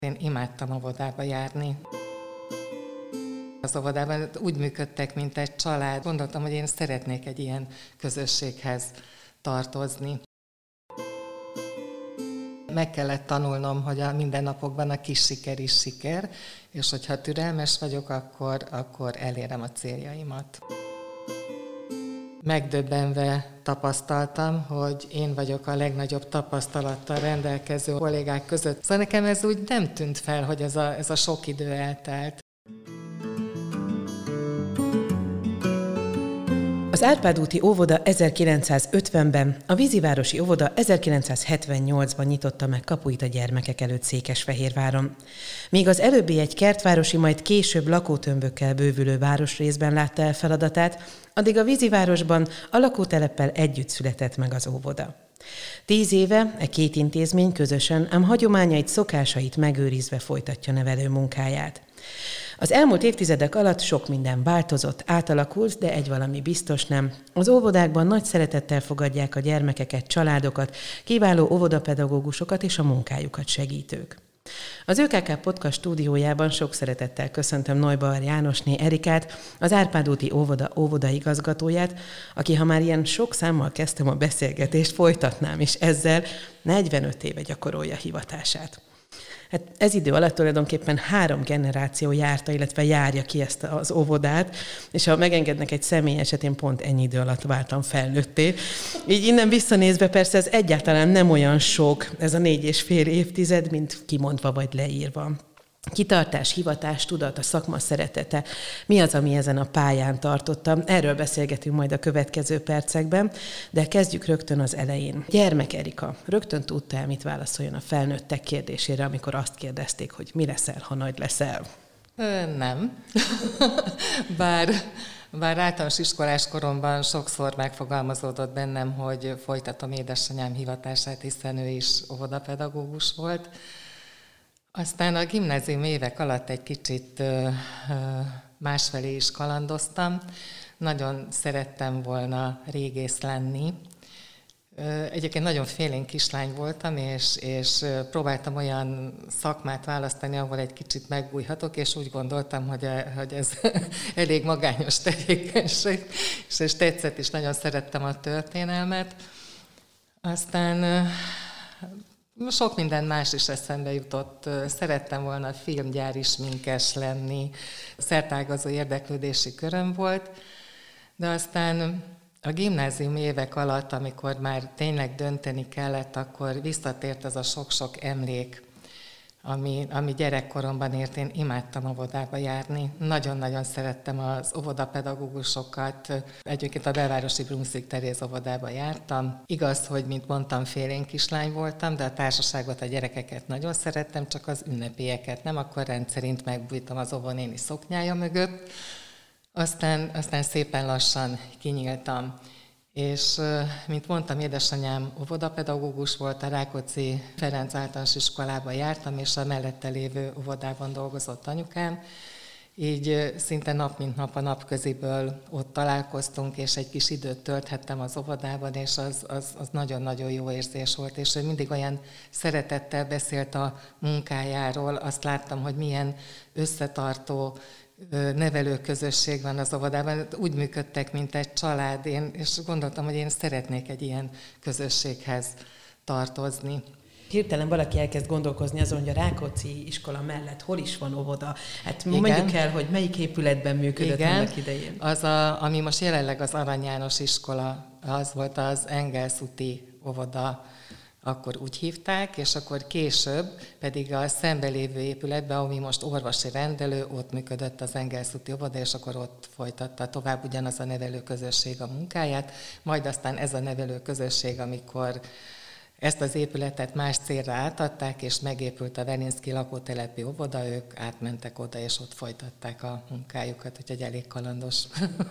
Én imádtam óvodába járni. Az óvodában úgy működtek, mint egy család. Gondoltam, hogy én szeretnék egy ilyen közösséghez tartozni. Meg kellett tanulnom, hogy a mindennapokban a kis siker is siker, és hogyha türelmes vagyok, akkor elérem a céljaimat. Megdöbbenve tapasztaltam, hogy én vagyok a legnagyobb tapasztalattal rendelkező kollégák között. Szóval nekem ez úgy nem tűnt fel, hogy ez a sok idő eltelt. Az Árpád úti óvoda 1950-ben, a Vízivárosi óvoda 1978-ban nyitotta meg kapuit a gyermekek előtt Székesfehérváron. Míg az előbbi egy kertvárosi, majd később lakótömbökkel bővülő városrészben látta el feladatát, addig a Vízivárosban a lakóteleppel együtt született meg az óvoda. 10 éve két intézmény közösen, ám hagyományait, szokásait megőrizve folytatja nevelő munkáját. Az elmúlt évtizedek alatt sok minden változott, átalakult, de egy valami biztos nem. Az óvodákban nagy szeretettel fogadják a gyermekeket, családokat, kiváló óvodapedagógusokat és a munkájukat segítők. Az ÖKK Podcast stúdiójában sok szeretettel köszöntöm Neubauer Jánosné Erikát, az Árpád úti óvoda igazgatóját, aki, ha már ilyen sok számmal kezdtem a beszélgetést, folytatnám is ezzel, 45 éve gyakorolja hivatását. Hát ez idő alatt tulajdonképpen 3 generáció járta, illetve járja ki ezt az óvodát, és ha megengednek egy személyeset, én pont ennyi idő alatt váltam felnőtté. Így innen visszanézve persze ez egyáltalán nem olyan sok, ez a 4,5 évtized, mint kimondva vagy leírva. Kitartás, hivatás, tudat, a szakma szeretete. Mi az, ami ezen a pályán tartottam? Erről beszélgetünk majd a következő percekben, de kezdjük rögtön az elején. Gyermek Erika, rögtön tudta-e, mit válaszoljon a felnőttek kérdésére, amikor azt kérdezték, hogy mi leszel, ha nagy leszel? Nem. Bár általános iskolás koromban sokszor megfogalmazódott bennem, hogy folytatom édesanyám hivatását, hiszen ő is óvodapedagógus volt. Aztán a gimnázium évek alatt egy kicsit másfelé is kalandoztam. Nagyon szerettem volna régész lenni. Egyébként nagyon félénk kislány voltam, és próbáltam olyan szakmát választani, ahol egy kicsit megbújhatok, és úgy gondoltam, hogy ez elég magányos tevékenység, és tetszett, és nagyon szerettem a történelmet. Aztán sok minden más is eszembe jutott. Szerettem volna filmgyári sminkes lenni, szertágazó érdeklődési köröm volt, de aztán a gimnázium évek alatt, amikor már tényleg dönteni kellett, akkor visszatért az a sok-sok emlék, ami gyerekkoromban ért. Én imádtam óvodába járni. Nagyon-nagyon szerettem az óvodapedagógusokat. Egyébként a belvárosi Brunswick Teréz óvodába jártam. Igaz, hogy, mint mondtam, félénk kislány voltam, de a társaságot, a gyerekeket nagyon szerettem, csak az ünnepieket nem, akkor rendszerint megbújtam az óvonéni szoknyája mögött. Aztán szépen lassan kinyíltam. És, mint mondtam, édesanyám óvodapedagógus volt, a Rákóczi Ferenc általános iskolába jártam, és a mellette lévő óvodában dolgozott anyukám. Így szinte nap mint nap a napköziből ott találkoztunk, és egy kis időt tölthettem az óvodában, és az nagyon-nagyon jó érzés volt, és ő mindig olyan szeretettel beszélt a munkájáról, azt láttam, hogy milyen összetartó nevelőközösség van az óvodában, úgy működtek, mint egy család, és gondoltam, hogy én szeretnék egy ilyen közösséghez tartozni. Hirtelen valaki elkezd gondolkozni azon, hogy a Rákóczi iskola mellett hol is van óvoda. Hát mondjuk el, hogy melyik épületben működött annak idején. Ami most jelenleg az Arany János iskola, az volt az Engels úti óvoda, akkor úgy hívták, és akkor később pedig a szembelévő épületben, ami most orvosi rendelő, ott működött az Engels úti óvoda, és akkor ott folytatta tovább ugyanaz a nevelőközösség a munkáját, majd aztán ez a nevelőközösség, amikor ezt az épületet más célra átadták, és megépült a Velinszky lakótelepi óvoda, ők átmentek oda, és ott folytatták a munkájukat, úgyhogy elég kalandos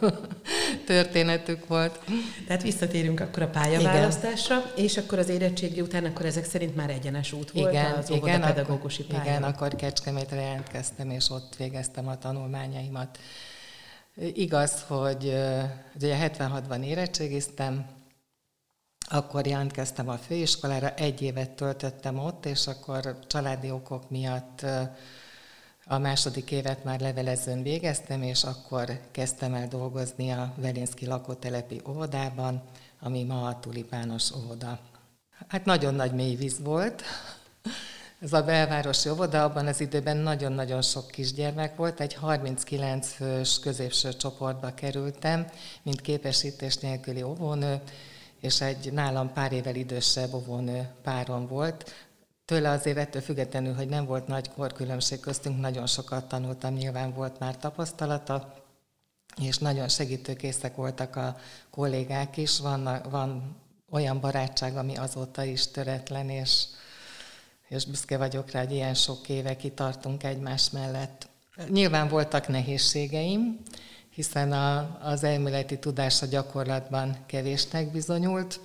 történetük volt. Tehát visszatérünk akkor a pályaválasztásra, és akkor az érettségi után akkor ezek szerint már egyenes út volt az óvodapedagógusi pályán. Igen, akkor Kecskemétre jelentkeztem, és ott végeztem a tanulmányaimat. Igaz, hogy ugye 76-ban érettségiztem, akkor jelentkeztem a főiskolára, 1 évet töltöttem ott, és akkor családi okok miatt a második évet már levelezőn végeztem, és akkor kezdtem el dolgozni a Velinszky lakótelepi óvodában, ami ma a Tulipános óvoda. Hát nagyon nagy mélyvíz volt. Ez a belvárosi óvoda, abban az időben nagyon-nagyon sok kisgyermek volt, egy 39 fős középső csoportba kerültem, mint képesítés nélküli óvónő, és egy nálam pár évvel idősebb óvónő párom volt. Tőle azért ettől függetlenül, hogy nem volt nagy korkülönbség köztünk, nagyon sokat tanultam, nyilván volt már tapasztalata, és nagyon segítőkészek voltak a kollégák is. Van olyan barátság, ami azóta is töretlen, és büszke vagyok rá, hogy ilyen sok éve kitartunk egymás mellett. Nyilván voltak nehézségeim, hiszen az elméleti tudás a gyakorlatban kevésnek bizonyult,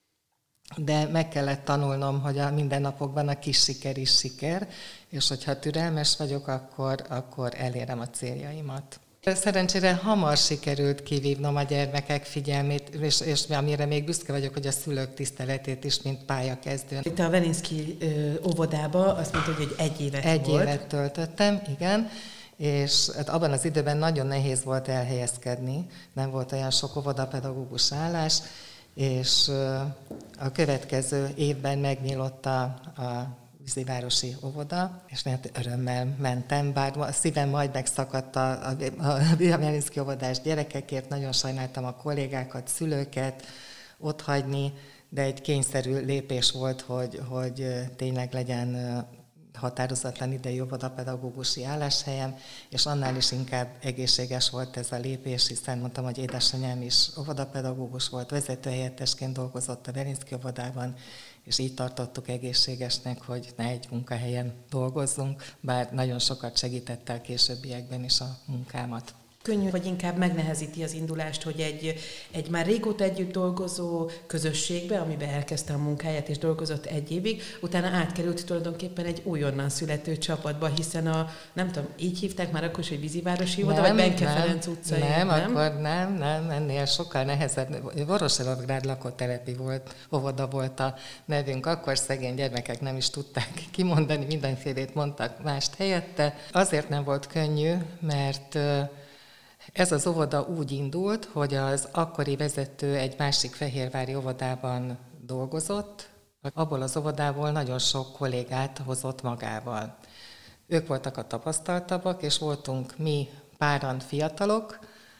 de meg kellett tanulnom, hogy a mindennapokban a kis siker is siker, és hogyha türelmes vagyok, akkor elérem a céljaimat. Szerencsére hamar sikerült kivívnom a gyermekek figyelmét, és amire még büszke vagyok, hogy a szülők tiszteletét is, mint pályakezdő. Itt a Velinszky óvodába azt mondta, hogy 1 évet volt. 1 évet töltöttem, igen, és abban az időben nagyon nehéz volt elhelyezkedni, nem volt olyan sok óvodapedagógus állás, és a következő évben megnyílt a vízivárosi óvoda, és hát örömmel mentem, bár a szívem majd megszakadt a Velinszky óvodás gyerekekért, nagyon sajnáltam a kollégákat, szülőket otthagyni, de egy kényszerű lépés volt, hogy tényleg legyen határozatlan idejű óvodapedagógusi álláshelyem, és annál is inkább egészséges volt ez a lépés, hiszen mondtam, hogy édesanyám is óvodapedagógus volt, vezetőhelyettesként dolgozott a Velinszky óvodában, és így tartottuk egészségesnek, hogy ne egy munkahelyen dolgozzunk, bár nagyon sokat segítette a későbbiekben is a munkámat. Könnyű, vagy inkább megnehezíti az indulást, hogy egy már régóta együtt dolgozó közösségbe, amiben elkezdte a munkáját és dolgozott 1 évig, utána átkerült tulajdonképpen egy újonnan születő csapatba, hiszen nem tudom, így hívták már akkor is, hogy vízivárosi óvoda, vagy Benke Ferenc utcai? Nem, akkor nem, ennél sokkal nehezebb. Voroshradgrád lakótelepi óvoda volt a nevünk, akkor szegény gyermekek nem is tudták kimondani, mindenfélét mondtak mást helyette. Azért nem volt könnyű, mert ez az óvoda úgy indult, hogy az akkori vezető egy másik fehérvári óvodában dolgozott, abból az óvodából nagyon sok kollégát hozott magával. Ők voltak a tapasztaltabbak, és voltunk mi páran fiatalok,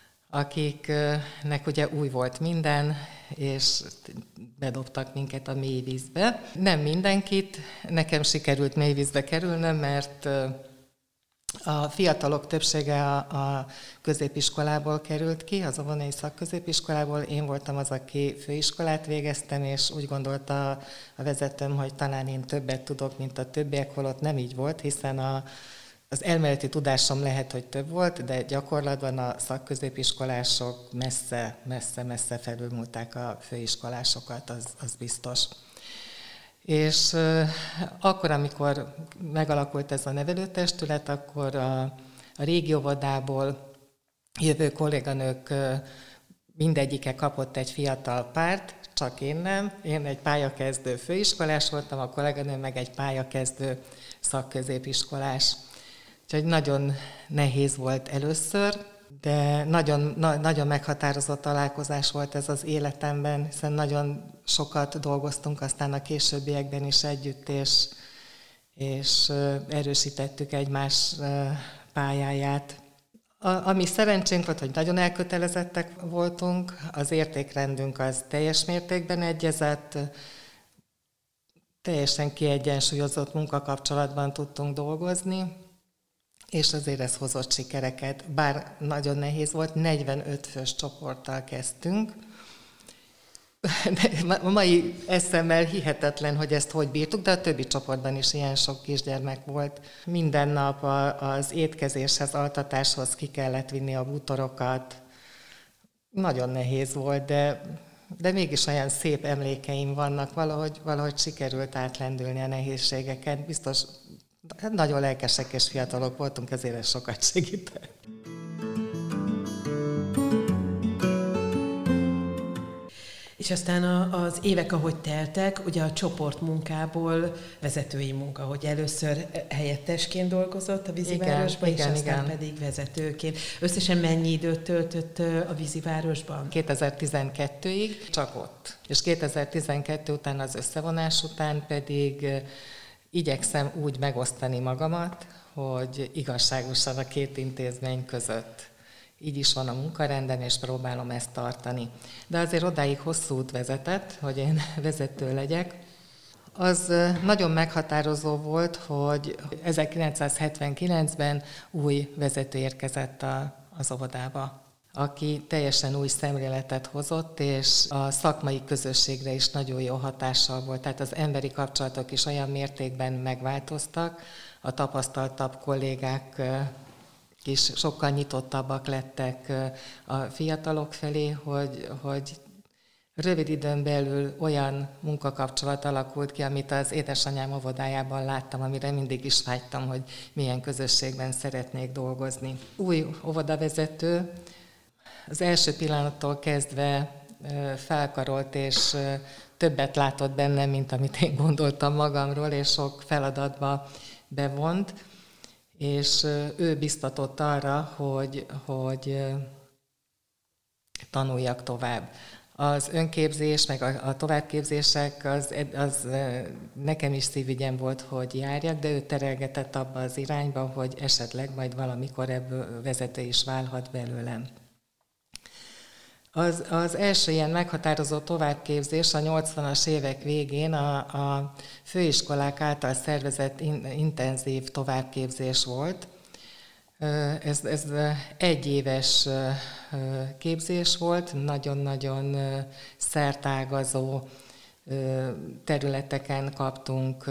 akiknek ugye új volt minden, és bedobtak minket a mélyvízbe. Nem mindenkit, nekem sikerült mélyvízbe kerülnöm, mert a fiatalok többsége a középiskolából került ki, az óvodai szakközépiskolából. Én voltam az, aki főiskolát végeztem, és úgy gondolta a vezetőm, hogy talán én többet tudok, mint a többiek, holott nem így volt, hiszen az elméleti tudásom lehet, hogy több volt, de gyakorlatban a szakközépiskolások messze felülmúlták a főiskolásokat, az biztos. És akkor, amikor megalakult ez a nevelőtestület, akkor a régi óvodából jövő kolléganők mindegyike kapott egy fiatal párt, csak én nem. Én egy pályakezdő főiskolás voltam, a kolléganő meg egy pályakezdő szakközépiskolás. Úgyhogy nagyon nehéz volt először, de nagyon meghatározott találkozás volt ez az életemben, hiszen nagyon sokat dolgoztunk aztán a későbbiekben is együtt, és erősítettük egymás pályáját. Ami szerencsénk volt, hogy nagyon elkötelezettek voltunk, az értékrendünk az teljes mértékben egyezett, teljesen kiegyensúlyozott munkakapcsolatban tudtunk dolgozni, és azért ez hozott sikereket, bár nagyon nehéz volt, 45 fős csoporttal kezdtünk. A mai eszemmel hihetetlen, hogy ezt hogy bírtuk, de a többi csoportban is ilyen sok kisgyermek volt. Minden nap az étkezéshez, altatáshoz ki kellett vinni a bútorokat. Nagyon nehéz volt, de mégis olyan szép emlékeim vannak, valahogy sikerült átlendülni a nehézségeken. Biztos nagyon lelkesek és fiatalok voltunk, ezért ez sokat segített. És aztán az évek, ahogy teltek, ugye a csoportmunkából vezetői munka, hogy először helyettesként dolgozott a Vízivárosban, és aztán pedig vezetőként. Összesen mennyi időt töltött a Vízivárosban? 2012-ig csak ott. És 2012 után, az összevonás után pedig igyekszem úgy megosztani magamat, hogy igazságosan a két intézmény között. Így is van a munkarendem, és próbálom ezt tartani. De azért odáig hosszú út vezetett, hogy én vezető legyek. Az nagyon meghatározó volt, hogy 1979-ben új vezető érkezett az óvodába, aki teljesen új szemléletet hozott, és a szakmai közösségre is nagyon jó hatással volt. Tehát az emberi kapcsolatok is olyan mértékben megváltoztak, a tapasztaltabb kollégák is sokkal nyitottabbak lettek a fiatalok felé, hogy rövid időn belül olyan munkakapcsolat alakult ki, amit az édesanyám óvodájában láttam, amire mindig is vágytam, hogy milyen közösségben szeretnék dolgozni. Új óvodavezető az első pillanattól kezdve felkarolt, és többet látott bennem, mint amit én gondoltam magamról, és sok feladatba bevont, és ő biztatott arra, hogy tanuljak tovább. Az önképzés, meg a továbbképzések, az nekem is szívügyem volt, hogy járjak, de ő terelgetett abba az irányba, hogy esetleg majd valamikor ebből vezető is válhat belőlem. Az első ilyen meghatározó továbbképzés a 80-as évek végén a főiskolák által szervezett intenzív továbbképzés volt. Ez egyéves képzés volt, nagyon-nagyon szertágazó területeken kaptunk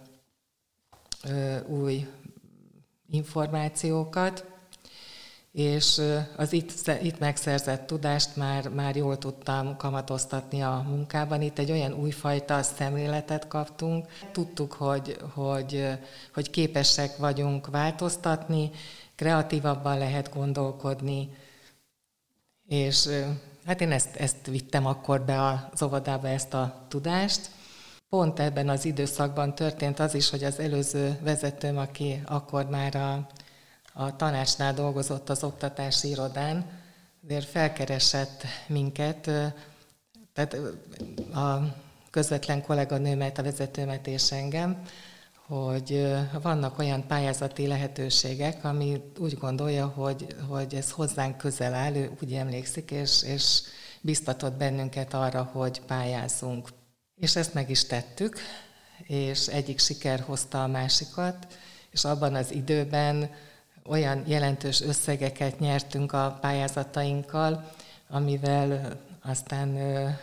új információkat, és az itt megszerzett tudást már jól tudtam kamatoztatni a munkában. Itt egy olyan újfajta szemléletet kaptunk. Tudtuk, hogy képesek vagyunk változtatni, kreatívabban lehet gondolkodni, és hát én ezt vittem akkor be az óvodába, ezt a tudást. Pont ebben az időszakban történt az is, hogy az előző vezetőm, aki akkor már a tanácsnál dolgozott az oktatási irodán, azért felkeresett minket, tehát a közvetlen kolléganőmet, a vezetőmet és engem, hogy vannak olyan pályázati lehetőségek, ami úgy gondolja, hogy ez hozzánk közel áll, ő úgy emlékszik, és biztatott bennünket arra, hogy pályázzunk. És ezt meg is tettük, és egyik siker hozta a másikat, és abban az időben olyan jelentős összegeket nyertünk a pályázatainkkal, amivel aztán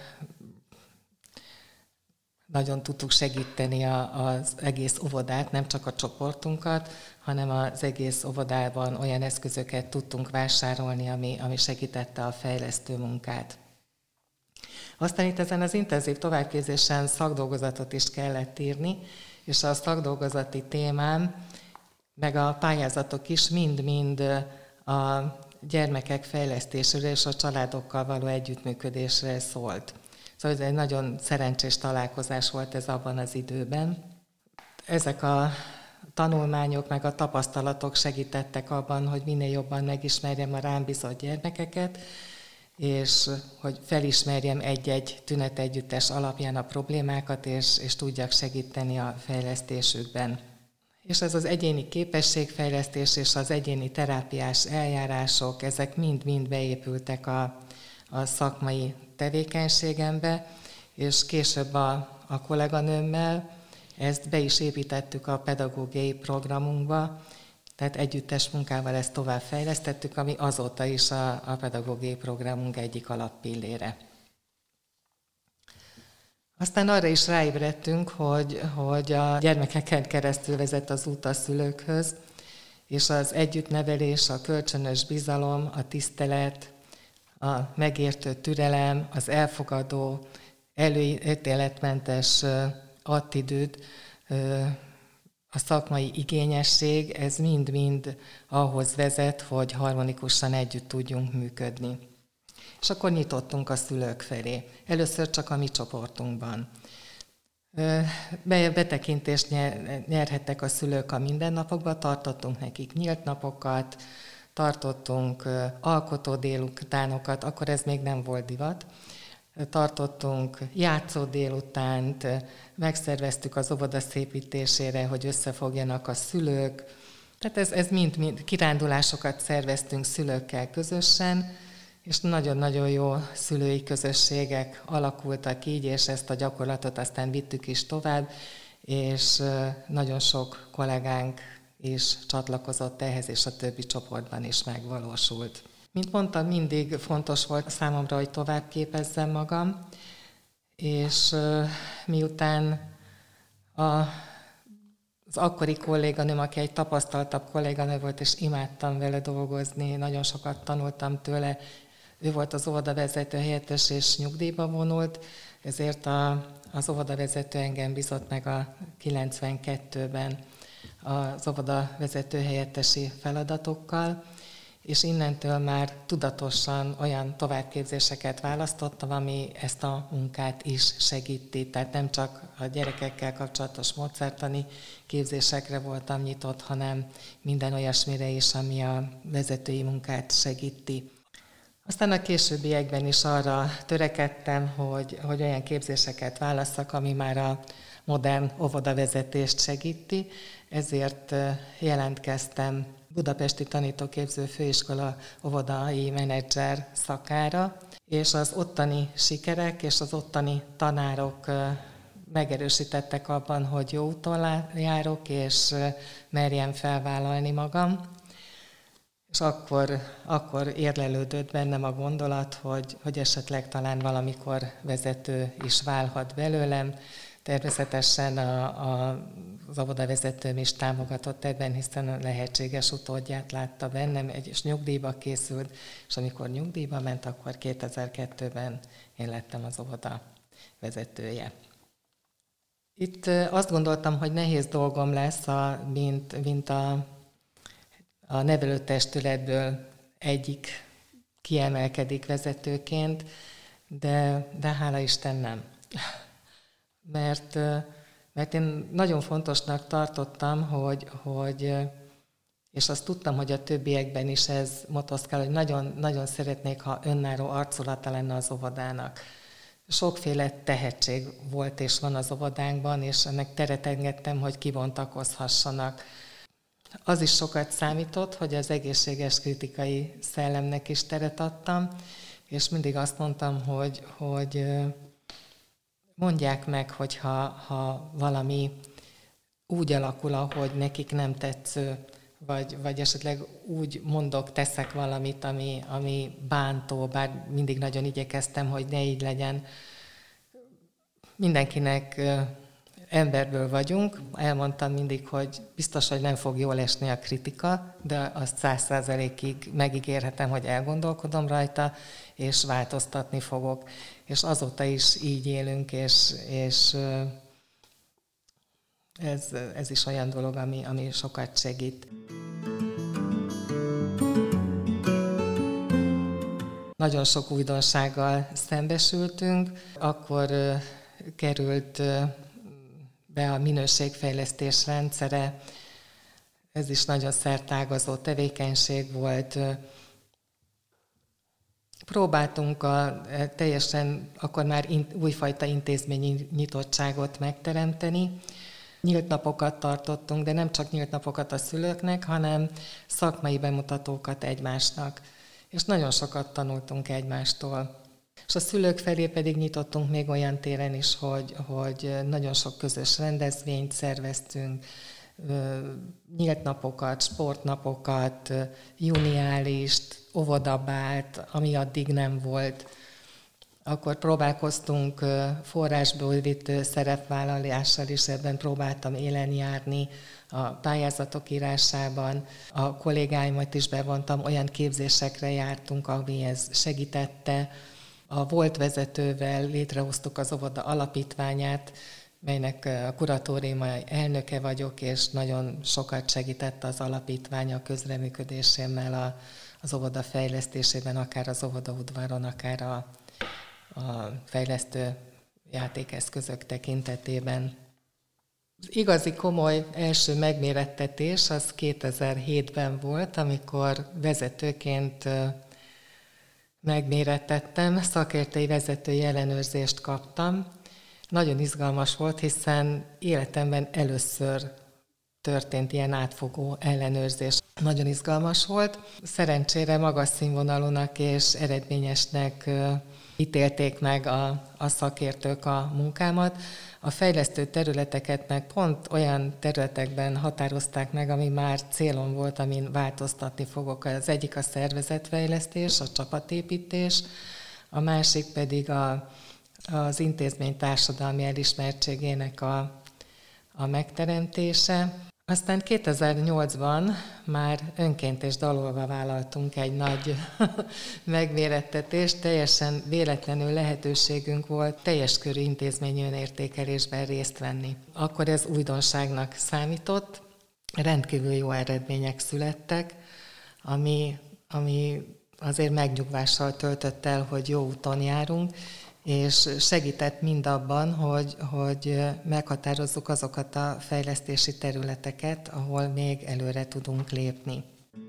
nagyon tudtuk segíteni az egész óvodát, nem csak a csoportunkat, hanem az egész óvodában olyan eszközöket tudtunk vásárolni, ami segítette a fejlesztő munkát. Aztán itt ezen az intenzív továbbképzésen szakdolgozatot is kellett írni, és a szakdolgozati témám, meg a pályázatok is mind-mind a gyermekek fejlesztésére és a családokkal való együttműködésre szólt. Szóval ez egy nagyon szerencsés találkozás volt ez abban az időben. Ezek a tanulmányok meg a tapasztalatok segítettek abban, hogy minél jobban megismerjem a rám bízott gyermekeket, és hogy felismerjem egy-egy tünetegyüttes alapján a problémákat, és tudjak segíteni a fejlesztésükben. És ez az egyéni képességfejlesztés és az egyéni terápiás eljárások, ezek mind-mind beépültek a szakmai tevékenységembe, és később a kolléganőmmel ezt be is építettük a pedagógiai programunkba, tehát együttes munkával ezt tovább fejlesztettük, ami azóta is a pedagógiai programunk egyik alappillére. Aztán arra is ráébredtünk, hogy a gyermekeken keresztül vezet az út a szülőkhöz, és az együttnevelés, a kölcsönös bizalom, a tisztelet, a megértő türelem, az elfogadó, előítéletmentes attitűd, a szakmai igényesség, ez mind-mind ahhoz vezet, hogy harmonikusan együtt tudjunk működni. És akkor nyitottunk a szülők felé. Először csak a mi csoportunkban. Betekintést nyerhettek a szülők a mindennapokba, tartottunk nekik nyílt napokat, tartottunk alkotó délutánokat, akkor ez még nem volt divat. Tartottunk játszó délutánt, megszerveztük az óvoda szépítésére, hogy összefogjanak a szülők. Tehát ez mind kirándulásokat szerveztünk szülőkkel közösen, és nagyon-nagyon jó szülői közösségek alakultak így, és ezt a gyakorlatot aztán vittük is tovább, és nagyon sok kollégánk is csatlakozott ehhez, és a többi csoportban is megvalósult. Mint mondtam, mindig fontos volt számomra, hogy tovább képezzem magam, és miután az akkori kolléganőm, aki egy tapasztaltabb kolléganő volt, és imádtam vele dolgozni, nagyon sokat tanultam tőle, ő volt az óvodavezető helyettes, és nyugdíjba vonult, ezért az óvodavezető engem bizott meg a 92-ben az óvodavezető helyettesi feladatokkal, és innentől már tudatosan olyan továbbképzéseket választottam, ami ezt a munkát is segíti. Tehát nem csak a gyerekekkel kapcsolatos módszertani képzésekre voltam nyitott, hanem minden olyasmire is, ami a vezetői munkát segíti. Aztán a későbbiekben is arra törekedtem, hogy olyan képzéseket válasszak, ami már a modern óvodavezetést segíti, ezért jelentkeztem Budapesti Tanítóképző Főiskola óvodai menedzser szakára, és az ottani sikerek és az ottani tanárok megerősítettek abban, hogy jó úton járok, és merjem felvállalni magam. És akkor érlelődött bennem a gondolat, hogy esetleg talán valamikor vezető is válhat belőlem. Természetesen az óvodavezetőm is támogatott ebben, hiszen a lehetséges utódját látta bennem, és nyugdíjba készült, és amikor nyugdíjba ment, akkor 2002-ben én lettem az óvoda vezetője. Itt azt gondoltam, hogy nehéz dolgom lesz, mint a nevelőtestületből egyik kiemelkedik vezetőként, de hála Isten nem. Mert én nagyon fontosnak tartottam, hogy és azt tudtam, hogy a többiekben is ez motoszkál, hogy nagyon, nagyon szeretnék, ha önálló arculata lenne az óvodának. Sokféle tehetség volt és van az óvodánkban, és ennek teret engedtem, hogy kibontakozhassanak. Az is sokat számított, hogy az egészséges kritikai szellemnek is teret adtam, és mindig azt mondtam, hogy mondják meg, hogyha valami úgy alakul, ahogy nekik nem tetsző, vagy esetleg úgy teszek valamit, ami bántó, bár mindig nagyon igyekeztem, hogy ne így legyen. Mindenkinek emberből vagyunk, elmondtam mindig, hogy biztos, hogy nem fog jól esni a kritika, de azt 100%-ig megígérhetem, hogy elgondolkodom rajta, és változtatni fogok. És azóta is így élünk, és ez is olyan dolog, ami sokat segít. Nagyon sok újdonsággal szembesültünk, akkor került be a minőségfejlesztés rendszere, ez is nagyon szertágazó tevékenység volt. Próbáltunk teljesen akkor már újfajta intézményi nyitottságot megteremteni. Nyílt napokat tartottunk, de nem csak nyílt napokat a szülőknek, hanem szakmai bemutatókat egymásnak. És nagyon sokat tanultunk egymástól. És a szülők felé pedig nyitottunk még olyan téren is, hogy nagyon sok közös rendezvényt szerveztünk, nyílt napokat, sportnapokat, juniálist, óvodabált, ami addig nem volt. Akkor próbálkoztunk forrásbővítő szerepvállalással is, ebben próbáltam élen járni a pályázatok írásában. A kollégáimat is bevontam, olyan képzésekre jártunk, ami ez segítette. A volt vezetővel létrehoztuk az óvoda alapítványát, melynek a kuratóriuma elnöke vagyok, és nagyon sokat segített az alapítvány a közreműködésémmel az óvoda fejlesztésében, akár az óvodaudvaron, akár a fejlesztő játékeszközök tekintetében. Az igazi komoly első megmérettetés az 2007-ben volt, amikor vezetőként megmérettettem, szakértői vezetői ellenőrzést kaptam. Nagyon izgalmas volt, hiszen életemben először történt ilyen átfogó ellenőrzés. Nagyon izgalmas volt. Szerencsére magas színvonalúnak és eredményesnek ítélték meg a szakértők a munkámat. A fejlesztő területeket meg pont olyan területekben határozták meg, ami már célom volt, amin változtatni fogok. Az egyik a szervezetfejlesztés, a csapatépítés, a másik pedig az intézmény társadalmi elismertségének a megteremtése. Aztán 2008-ban már önként és dalolva vállaltunk egy nagy megmérettetést, teljesen véletlenül lehetőségünk volt teljes körű intézményi önértékelésben részt venni. Akkor ez újdonságnak számított, rendkívül jó eredmények születtek, ami azért megnyugvással töltött el, hogy jó úton járunk, és segített mind abban, hogy meghatározzuk azokat a fejlesztési területeket, ahol még előre tudunk lépni.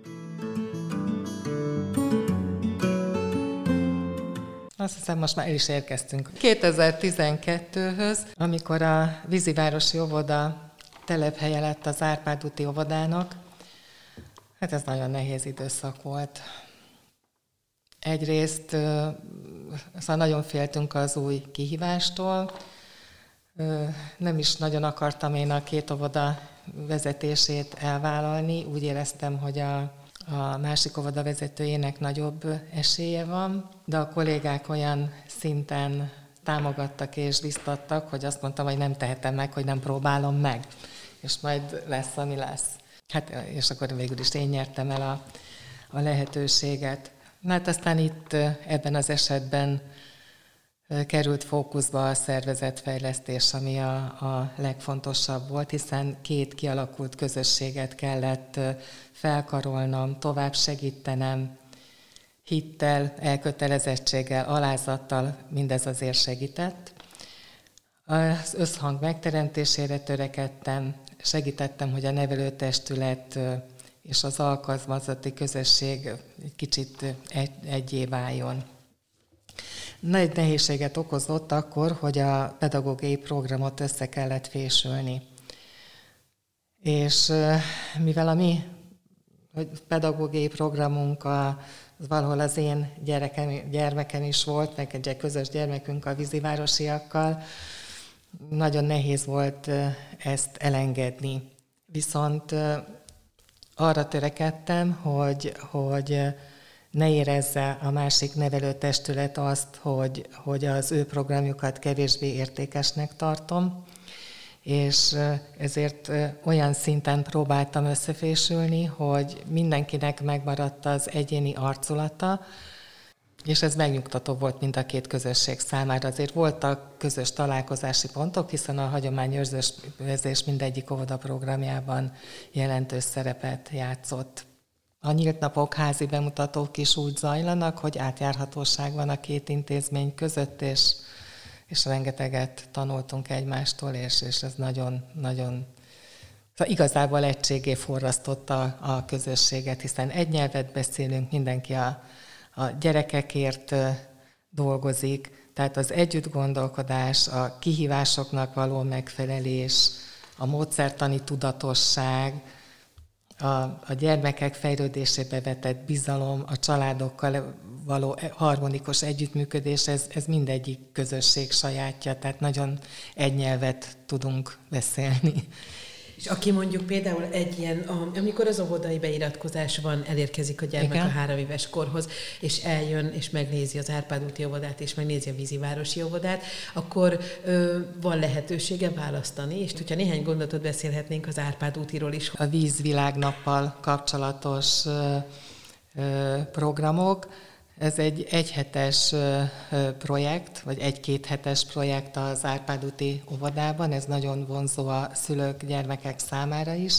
Azt hiszem, most már el is érkeztünk 2012-höz, amikor a Vízivárosi Óvoda telephelye lett az Árpád úti óvodának. Hát ez nagyon nehéz időszak volt. Egyrészt szóval nagyon féltünk az új kihívástól, nem is nagyon akartam én a két óvoda vezetését elvállalni, úgy éreztem, hogy a másik óvoda vezetőjének nagyobb esélye van, de a kollégák olyan szinten támogattak és biztattak, hogy azt mondtam, hogy nem tehetem meg, hogy nem próbálom meg, és majd lesz, ami lesz. Hát, és akkor végül is én nyertem el a lehetőséget. Hát aztán itt ebben az esetben került fókuszba a szervezetfejlesztés, ami a legfontosabb volt, hiszen két kialakult közösséget kellett felkarolnom, tovább segítenem, hittel, elkötelezettséggel, alázattal, mindez azért segített. Az összhang megteremtésére törekedtem, segítettem, hogy a nevelőtestület és az alkalmazati közösség egy kicsit egyé váljon. Nagy nehézséget okozott akkor, hogy a pedagógiai programot össze kellett fésülni. És mivel a mi pedagógiai programunk az valahol az én gyermekem is volt, meg egy közös gyermekünk a vízivárosiakkal, nagyon nehéz volt ezt elengedni. Viszont arra törekedtem, hogy ne érezze a másik nevelőtestület azt, hogy az ő programjukat kevésbé értékesnek tartom, és ezért olyan szinten próbáltam összefésülni, hogy mindenkinek megmaradt az egyéni arculata, és ez megnyugtató volt mind a két közösség számára. Azért voltak közös találkozási pontok, hiszen a hagyományőrzés mindegyik óvoda programjában jelentős szerepet játszott. A nyílt napok, házi bemutatók is úgy zajlanak, hogy átjárhatóság van a két intézmény között, és rengeteget tanultunk egymástól, és ez nagyon szóval igazából egységé forrasztotta a közösséget, hiszen egy nyelvet beszélünk, mindenki a gyerekekért dolgozik, tehát az együttgondolkodás, a kihívásoknak való megfelelés, a módszertani tudatosság, a gyermekek fejlődésébe vetett bizalom, a családokkal való harmonikus együttműködés, ez mindegyik közösség sajátja, tehát nagyon egy nyelvet tudunk beszélni. És aki mondjuk például egy ilyen, amikor az óvodai beiratkozás van, elérkezik a gyermek a 3 éves korhoz, és eljön, és megnézi az Árpád úti óvodát, és megnézi a Vízivárosi óvodát, akkor van lehetősége választani, és hogyha néhány gondolatot beszélhetnénk az Árpád útiról is. A vízvilágnappal kapcsolatos programok, Ez egy egyhetes projekt, vagy egy-két hetes projekt az Árpád úti óvodában. Ez nagyon vonzó a szülők, gyermekek számára is.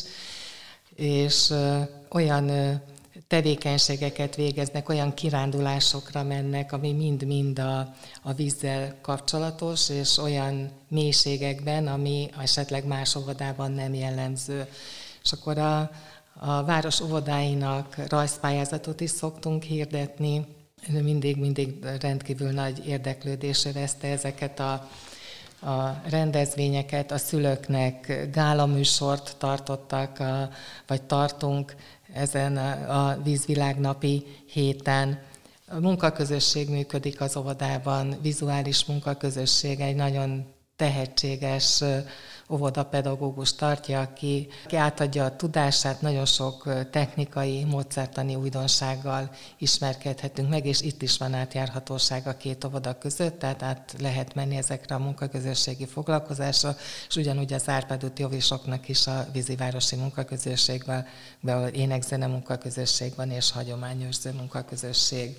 És olyan tevékenységeket végeznek, olyan kirándulásokra mennek, ami mind-mind a vízzel kapcsolatos, és olyan mélységekben, ami esetleg más óvodában nem jellemző. És akkor a város óvodáinak rajzpályázatot is szoktunk hirdetni. Mindig rendkívül nagy érdeklődés övezte ezeket a rendezvényeket. A szülőknek gálaműsort tartottak, vagy tartunk ezen a vízvilágnapi héten. A munkaközösség működik az óvodában, vizuális munkaközösség, egy nagyon tehetséges óvodapedagógus tartja, aki átadja a tudását, nagyon sok technikai, módszertani újdonsággal ismerkedhetünk meg, és itt is van átjárhatóság a két óvoda között, tehát át lehet menni ezekre a munkaközösségi foglalkozásra, és ugyanúgy az Árpád úti óvisoknak is a vízivárosi munkaközösségben, ahol énekzene munkaközösség van, és hagyományőrző munkaközösség.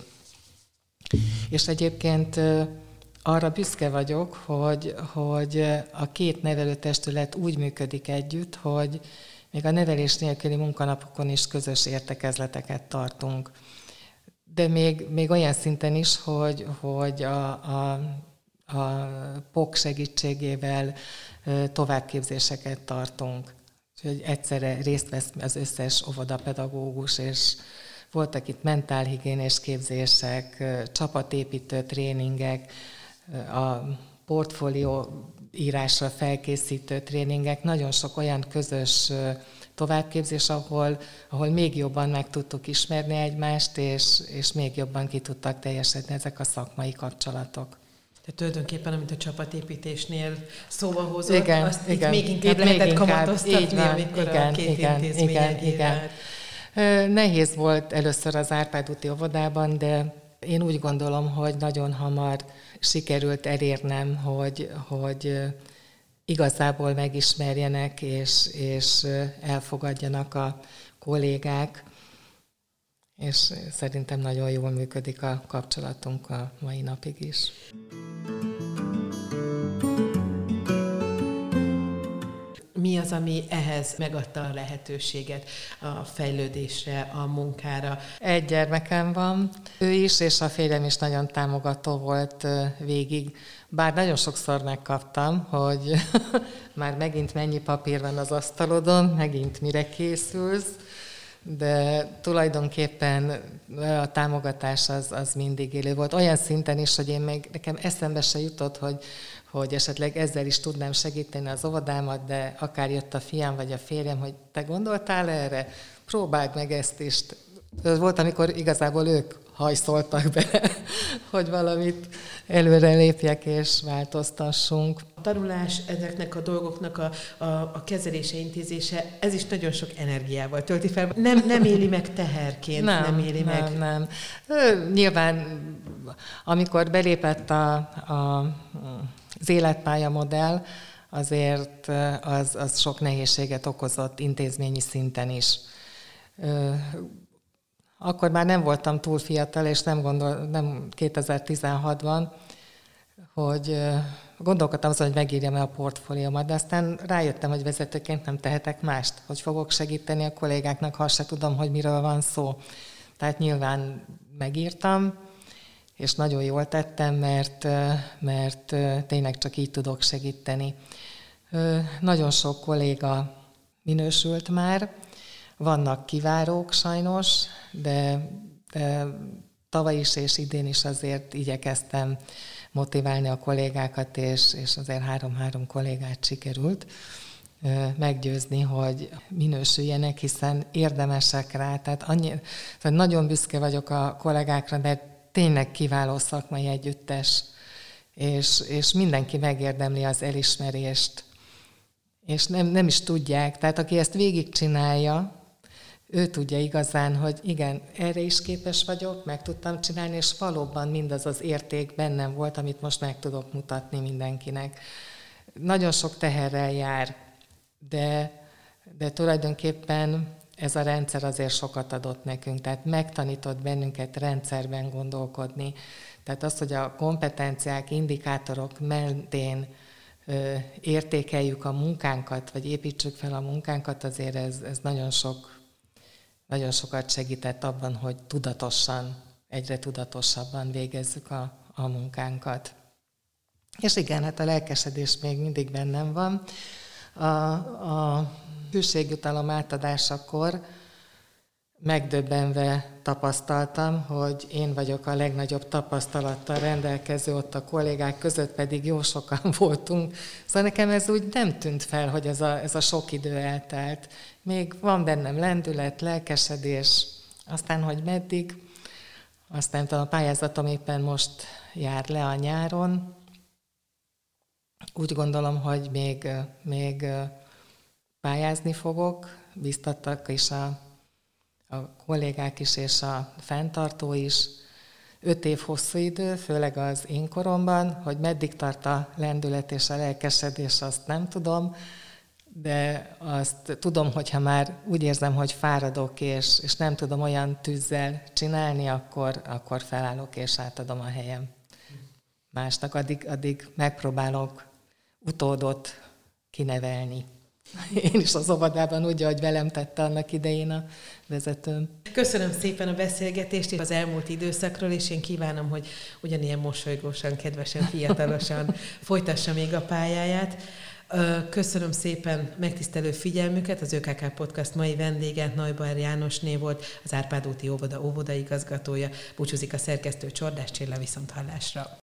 És egyébként arra büszke vagyok, hogy a két nevelőtestület úgy működik együtt, hogy még a nevelés nélküli munkanapokon is közös értekezleteket tartunk. De még olyan szinten is, hogy a POK segítségével továbbképzéseket tartunk. Úgyhogy egyszerre részt vesz az összes óvodapedagógus, és voltak itt mentálhigiénés képzések, csapatépítő tréningek, a portfólió írásra felkészítő tréningek, nagyon sok olyan közös továbbképzés, ahol még jobban meg tudtuk ismerni egymást, és még jobban ki tudtak teljesedni ezek a szakmai kapcsolatok. Tehát tulajdonképpen, amit a csapatépítésnél szóba hozott, igen, azt igen, itt még inkább lehetett kamatoztatni, amikor igen, a két intézmény egyével. Nehéz volt először az Árpád úti óvodában, de én úgy gondolom, hogy nagyon hamar sikerült elérnem, hogy igazából megismerjenek és elfogadjanak a kollégák, és szerintem nagyon jól működik a kapcsolatunk a mai napig is. Mi az, ami ehhez megadta a lehetőséget a fejlődésre, a munkára? Egy gyermekem van, ő is, és a férjem is nagyon támogató volt végig. Bár nagyon sokszor megkaptam, hogy már megint mennyi papír van az asztalodon, megint mire készülsz, de tulajdonképpen a támogatás az mindig élő volt. Olyan szinten is, hogy nekem eszembe se jutott, hogy esetleg ezzel is tudnám segíteni az óvodámat, de akár jött a fiam vagy a férjem, hogy te gondoltál erre? Próbáld meg ezt is. Volt, amikor igazából ők hajszoltak be, hogy valamit előre lépjek és változtassunk. A tanulás, ezeknek a dolgoknak a kezelése, intézése, ez is nagyon sok energiával tölti fel. Nem éli meg teherként, nem éli meg. Nem. Nyilván, amikor belépett az életpálya modell, azért az sok nehézséget okozott intézményi szinten is. Akkor már nem voltam túl fiatal, és nem 2016-ban, hogy gondolkodtam azon, hogy megírjam-e a portfóliómat, de aztán rájöttem, hogy vezetőként nem tehetek mást, hogy fogok segíteni a kollégáknak, ha se tudom, hogy miről van szó. Tehát nyilván megírtam, és nagyon jól tettem, mert tényleg csak így tudok segíteni. Nagyon sok kolléga minősült már, vannak kivárók sajnos, de tavaly is és idén is azért igyekeztem motiválni a kollégákat, és azért 3 kollégát sikerült meggyőzni, hogy minősüljenek, hiszen érdemesek rá. Tehát nagyon büszke vagyok a kollégákra, mert tényleg kiváló szakmai együttes, és mindenki megérdemli az elismerést. És nem is tudják. Tehát aki ezt végigcsinálja, ő tudja igazán, hogy igen, erre is képes vagyok, meg tudtam csinálni, és valóban mindaz az érték bennem volt, amit most meg tudok mutatni mindenkinek. Nagyon sok teherrel jár, de tulajdonképpen ez a rendszer azért sokat adott nekünk, tehát megtanított bennünket rendszerben gondolkodni. Tehát az, hogy a kompetenciák, indikátorok mentén értékeljük a munkánkat, vagy építsük fel a munkánkat, azért ez nagyon sokat segített abban, hogy egyre tudatosabban végezzük a munkánkat. És igen, hát a lelkesedés még mindig bennem van. A hűségjutalom átadásakor megdöbbenve tapasztaltam, hogy én vagyok a legnagyobb tapasztalattal rendelkező, ott a kollégák között pedig jó sokan voltunk. Szóval nekem ez úgy nem tűnt fel, hogy ez a sok idő eltelt. Még van bennem lendület, lelkesedés, aztán, hogy meddig, aztán a pályázatom éppen most jár le a nyáron. Úgy gondolom, hogy még pályázni fogok, biztattak is a kollégák is és a fenntartó is. 5 év hosszú idő, főleg az én koromban, hogy meddig tart a lendület és a lelkesedés, azt nem tudom, de azt tudom, hogyha már úgy érzem, hogy fáradok, és nem tudom olyan tűzzel csinálni, akkor felállok és átadom a helyem másnak. Addig megpróbálok utódot kinevelni. Én is az óvodában úgy, ahogy velem tette annak idején a vezetőm. Köszönöm szépen a beszélgetést az elmúlt időszakról, és én kívánom, hogy ugyanilyen mosolygósan, kedvesen, fiatalosan folytassa még a pályáját. Köszönöm szépen megtisztelő figyelmüket. Az ÖKK Podcast mai vendége Neubayer Jánosné volt, az Árpád úti óvoda óvodaigazgatója. Búcsúzik a szerkesztő, Csordás Csilla, viszonthallásra.